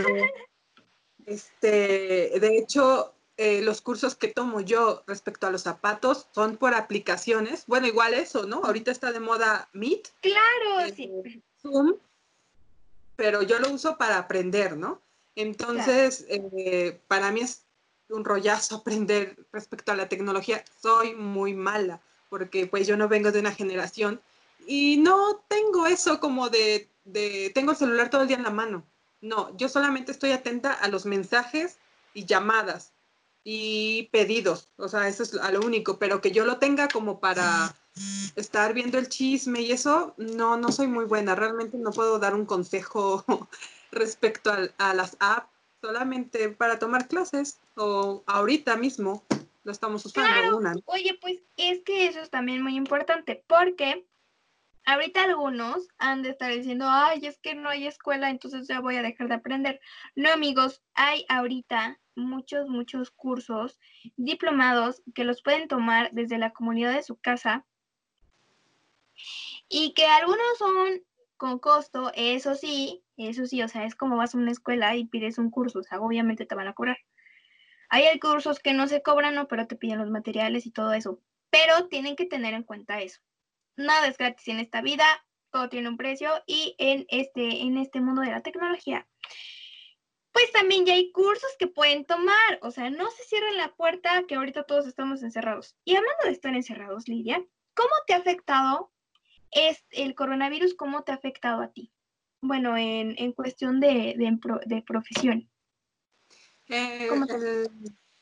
este, de hecho, eh, los cursos que tomo yo respecto a los zapatos son por aplicaciones. Bueno, igual eso, ¿no? Ahorita está de moda Meet, Claro, eh, sí. Zoom, pero yo lo uso para aprender, ¿no? Claro. Entonces, eh, para mí es un rollazo aprender respecto a la tecnología. Soy muy mala, porque pues yo no vengo de una generación y no tengo eso como de, de, tengo el celular todo el día en la mano. No, yo solamente estoy atenta a los mensajes y llamadas y pedidos. O sea, eso es a lo único, pero que yo lo tenga como para estar viendo el chisme y eso, no, no soy muy buena. Realmente no puedo dar un consejo respecto a, a las apps, solamente para tomar clases o ahorita mismo lo estamos usando Claro. una. Oye, pues es que eso es también muy importante porque ahorita algunos han de estar diciendo, ay, es que no hay escuela, entonces ya voy a dejar de aprender. No, amigos, hay ahorita muchos, muchos cursos, diplomados que los pueden tomar desde la comunidad de su casa y que algunos son con costo, eso sí, eso sí, o sea, es como vas a una escuela y pides un curso, o sea, obviamente te van a cobrar. Hay cursos que no se cobran, ¿no? Pero te piden los materiales y todo eso. Pero tienen que tener en cuenta eso. Nada es gratis en esta vida, todo tiene un precio y en este, en este mundo de la tecnología, pues también ya hay cursos que pueden tomar. O sea, no se cierren la puerta que ahorita todos estamos encerrados. Y hablando de estar encerrados, Lidia, ¿cómo te ha afectado es el coronavirus? ¿Cómo te ha afectado a ti? Bueno, en, en cuestión de, de, de profesión. Eh, ¿Cómo te afecta? el,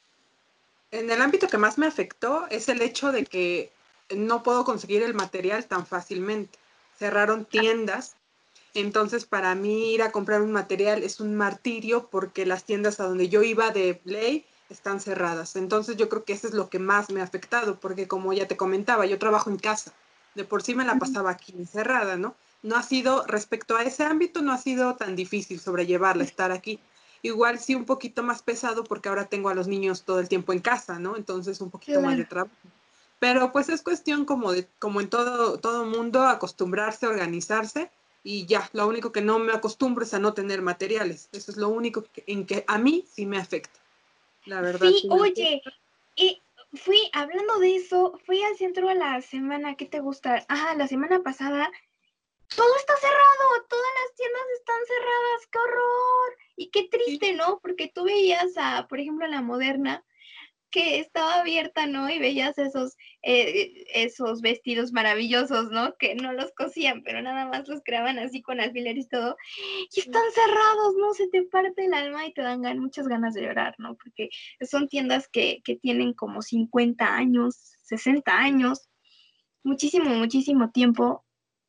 en el ámbito que más me afectó es el hecho de que no puedo conseguir el material tan fácilmente. Cerraron tiendas. Entonces, para mí ir a comprar un material es un martirio porque las tiendas a donde yo iba de Play están cerradas. Entonces, yo creo que eso es lo que más me ha afectado, porque como ya te comentaba, yo trabajo en casa. De por sí me la pasaba aquí encerrada, ¿no? No ha sido, respecto a ese ámbito, no ha sido tan difícil sobrellevarla, estar aquí. Igual sí un poquito más pesado porque ahora tengo a los niños todo el tiempo en casa, ¿no? Entonces, un poquito más de Claro. trabajo. Pero pues es cuestión como de, como en todo, todo mundo, acostumbrarse, organizarse y ya, lo único que no me acostumbro es a no tener materiales. Eso es lo único que, en que a mí sí me afecta. La verdad Sí, sí me oye, afecta. y fui, hablando de eso, fui al centro la semana, ¿qué te gusta? Ah, la semana pasada, todo está cerrado, todas las tiendas están cerradas, qué horror, y qué Sí, triste, ¿no? Porque tú veías a, por ejemplo, la Moderna, que estaba abierta, ¿no? Y veías esos, eh, esos vestidos maravillosos, ¿no? Que no los cosían, pero nada más los creaban así con alfiler y todo. Y están cerrados, ¿no? Se te parte el alma y te dan gan muchas ganas de llorar, ¿no? Porque son tiendas que, que tienen como cincuenta años, sesenta años, muchísimo, muchísimo tiempo.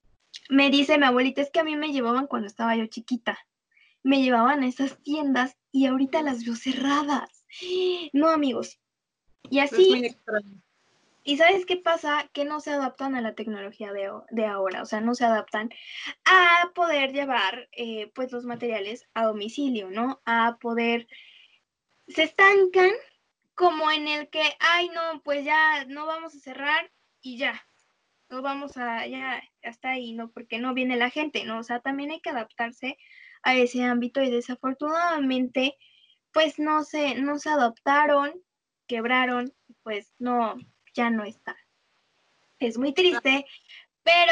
Me dice mi abuelita, es que a mí me llevaban cuando estaba yo chiquita. Me llevaban a esas tiendas y ahorita las veo cerradas. No, amigos. Y es muy así, extraño. ¿y sabes qué pasa? Que no se adaptan a la tecnología de, de ahora, o sea, no se adaptan a poder llevar eh, pues los materiales a domicilio, ¿no? A poder, se estancan como en el que, ay, no, pues ya no vamos a cerrar y ya, no vamos a, ya, hasta ahí, ¿no? Porque no viene la gente, ¿no? O sea, también hay que adaptarse a ese ámbito y desafortunadamente, pues no se, no se adaptaron, quebraron, pues no, ya no están. Es muy triste, pero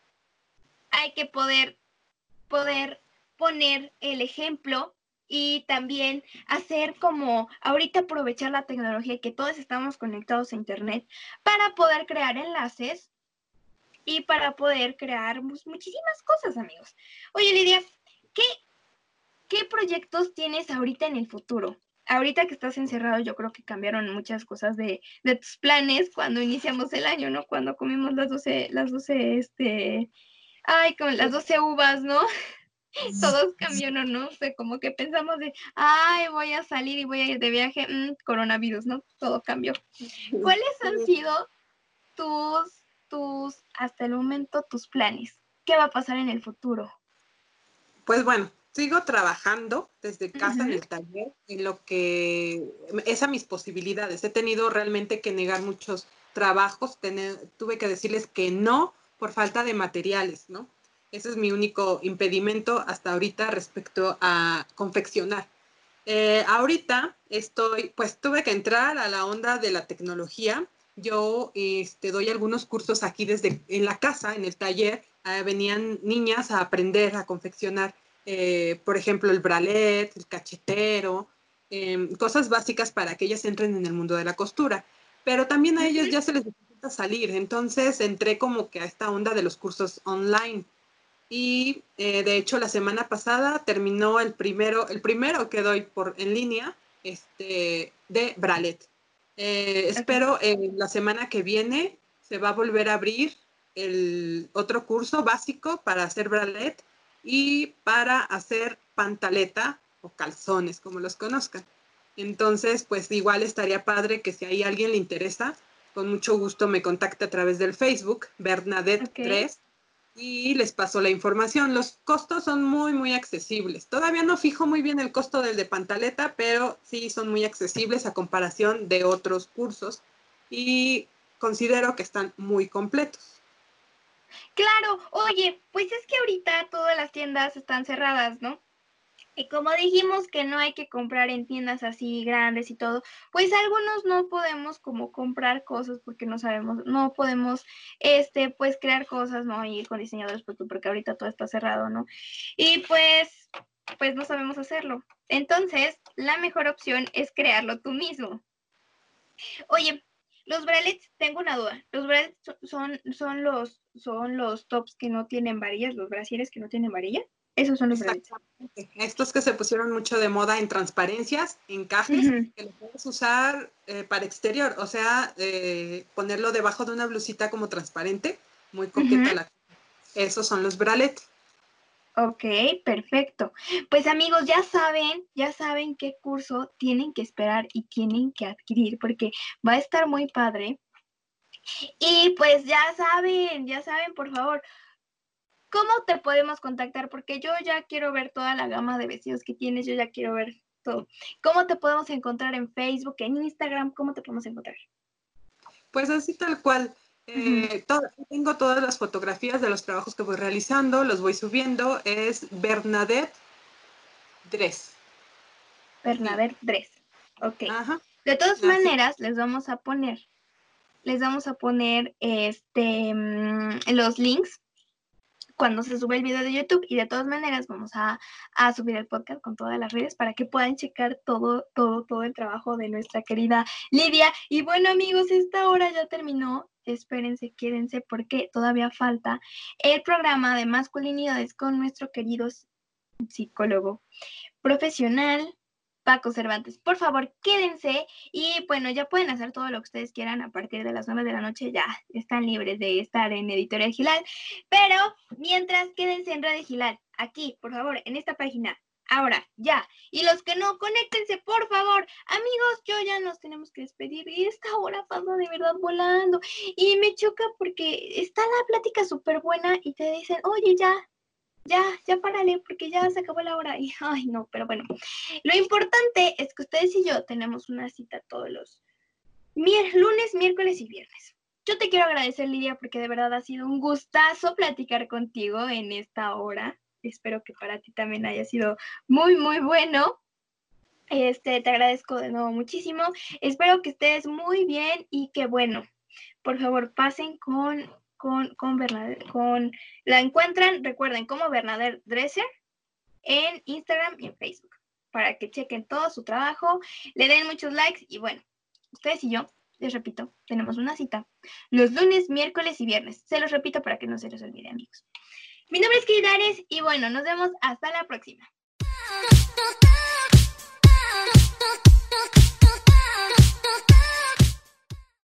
hay que poder, poder poner el ejemplo y también hacer como ahorita aprovechar la tecnología y que todos estamos conectados a internet para poder crear enlaces y para poder crear muchísimas cosas, amigos. Oye, Lidia, ¿qué ¿qué proyectos tienes ahorita en el futuro? Ahorita que estás encerrado, yo creo que cambiaron muchas cosas de, de tus planes cuando iniciamos el año, ¿no? Cuando comimos las doce, las doce, este, ay, con las doce uvas, ¿no? Todos cambió, ¿no? No sé, como que pensamos de, ay, voy a salir y voy a ir de viaje, mm, coronavirus, ¿no? Todo cambió. ¿Cuáles han sido tus, tus, hasta el momento, tus planes? ¿Qué va a pasar en el futuro? Pues bueno, sigo trabajando desde casa Uh-huh. en el taller, en lo que es a mis posibilidades. He tenido realmente que negar muchos trabajos, tener, tuve que decirles que no por falta de materiales, ¿no? Ese es mi único impedimento hasta ahorita respecto a confeccionar. Eh, ahorita estoy, pues tuve que entrar a la onda de la tecnología. Yo este, doy algunos cursos aquí desde en la casa, en el taller. Eh, venían niñas a aprender a confeccionar, eh, por ejemplo, el bralet, el cachetero, eh, cosas básicas para que ellas entren en el mundo de la costura. Pero también a ellas ya se les necesita salir. Entonces entré como que a esta onda de los cursos online. Y eh, de hecho la semana pasada terminó el primero, el primero que doy por en línea este, de Bralet. Eh, Okay. Espero eh, la semana que viene se va a volver a abrir el otro curso básico para hacer Bralet y para hacer pantaleta o calzones, como los conozcan. Entonces, pues igual estaría padre que si hay alguien le interesa, con mucho gusto me contacte a través del Facebook, Bernadette Okay. tres, y les paso la información. Los costos son muy, muy accesibles. Todavía no fijo muy bien el costo del de pantaleta, pero sí son muy accesibles a comparación de otros cursos y considero que están muy completos. Claro, oye, pues es que ahorita todas las tiendas están cerradas, ¿no? Y como dijimos que no hay que comprar en tiendas así grandes y todo, pues algunos no podemos como comprar cosas porque no sabemos, no podemos, este, pues crear cosas, ¿no? Y con diseñadores porque, porque ahorita todo está cerrado, ¿no? Y pues, pues no sabemos hacerlo. Entonces, la mejor opción es crearlo tú mismo. Oye, los bralets, tengo una duda. Los bralets son, son los, son los tops que no tienen varillas, los brasieres que no tienen varilla. Esos son los bralets. Exactamente. Estos que se pusieron mucho de moda en transparencias, encajes, Uh-huh. que lo puedes usar eh, para exterior, o sea, eh, ponerlo debajo de una blusita como transparente, muy coqueta. Uh-huh. La... Esos son los bralets. Ok, perfecto. Pues amigos, ya saben, ya saben qué curso tienen que esperar y tienen que adquirir porque va a estar muy padre. Y pues ya saben, ya saben, por favor, ¿cómo te podemos contactar? Porque yo ya quiero ver toda la gama de vestidos que tienes, yo ya quiero ver todo. ¿Cómo te podemos encontrar en Facebook, en Instagram? ¿Cómo te podemos encontrar? Pues así tal cual. Uh-huh. Eh, todo, tengo todas las fotografías de los trabajos que voy realizando, los voy subiendo. Es Bernadette Dress. Bernadette Dress. Ok. Ajá. De todas Así. maneras, les vamos a poner, les vamos a poner este, mmm, los links cuando se sube el video de YouTube y de todas maneras vamos a, a subir el podcast con todas las redes para que puedan checar todo, todo, todo el trabajo de nuestra querida Lidia. Y bueno amigos, esta hora ya terminó. Espérense, quédense porque todavía falta el programa de masculinidades con nuestro querido psicólogo profesional Paco Cervantes. Por favor, quédense y bueno, ya pueden hacer todo lo que ustedes quieran a partir de las nueve de la noche, ya están libres de estar en Editorial Gilal, pero mientras quédense en Radio Gilal, aquí, por favor, en esta página. Ahora, ya. Y los que no, conéctense, por favor. Amigos, yo ya nos tenemos que despedir. Y esta hora pasa de verdad volando. Y me choca porque está la plática súper buena y te dicen, oye, ya, ya, ya párale, porque ya se acabó la hora. Y, ay, no, pero bueno. Lo importante es que ustedes y yo tenemos una cita todos los mier- lunes, miércoles y viernes. Yo te quiero agradecer, Lidia, porque de verdad ha sido un gustazo platicar contigo en esta hora. Espero que para ti también haya sido muy, muy bueno. Este, te agradezco de nuevo muchísimo. Espero que estés muy bien y que, bueno, por favor, pasen con, con, con Bernadette, con, la encuentran, recuerden, como Bernadette Dresser en Instagram y en Facebook, para que chequen todo su trabajo, le den muchos likes y bueno, ustedes y yo, les repito, tenemos una cita los lunes, miércoles y viernes. Se los repito para que no se les olvide, amigos. Mi nombre es Kidares y bueno, nos vemos hasta la próxima.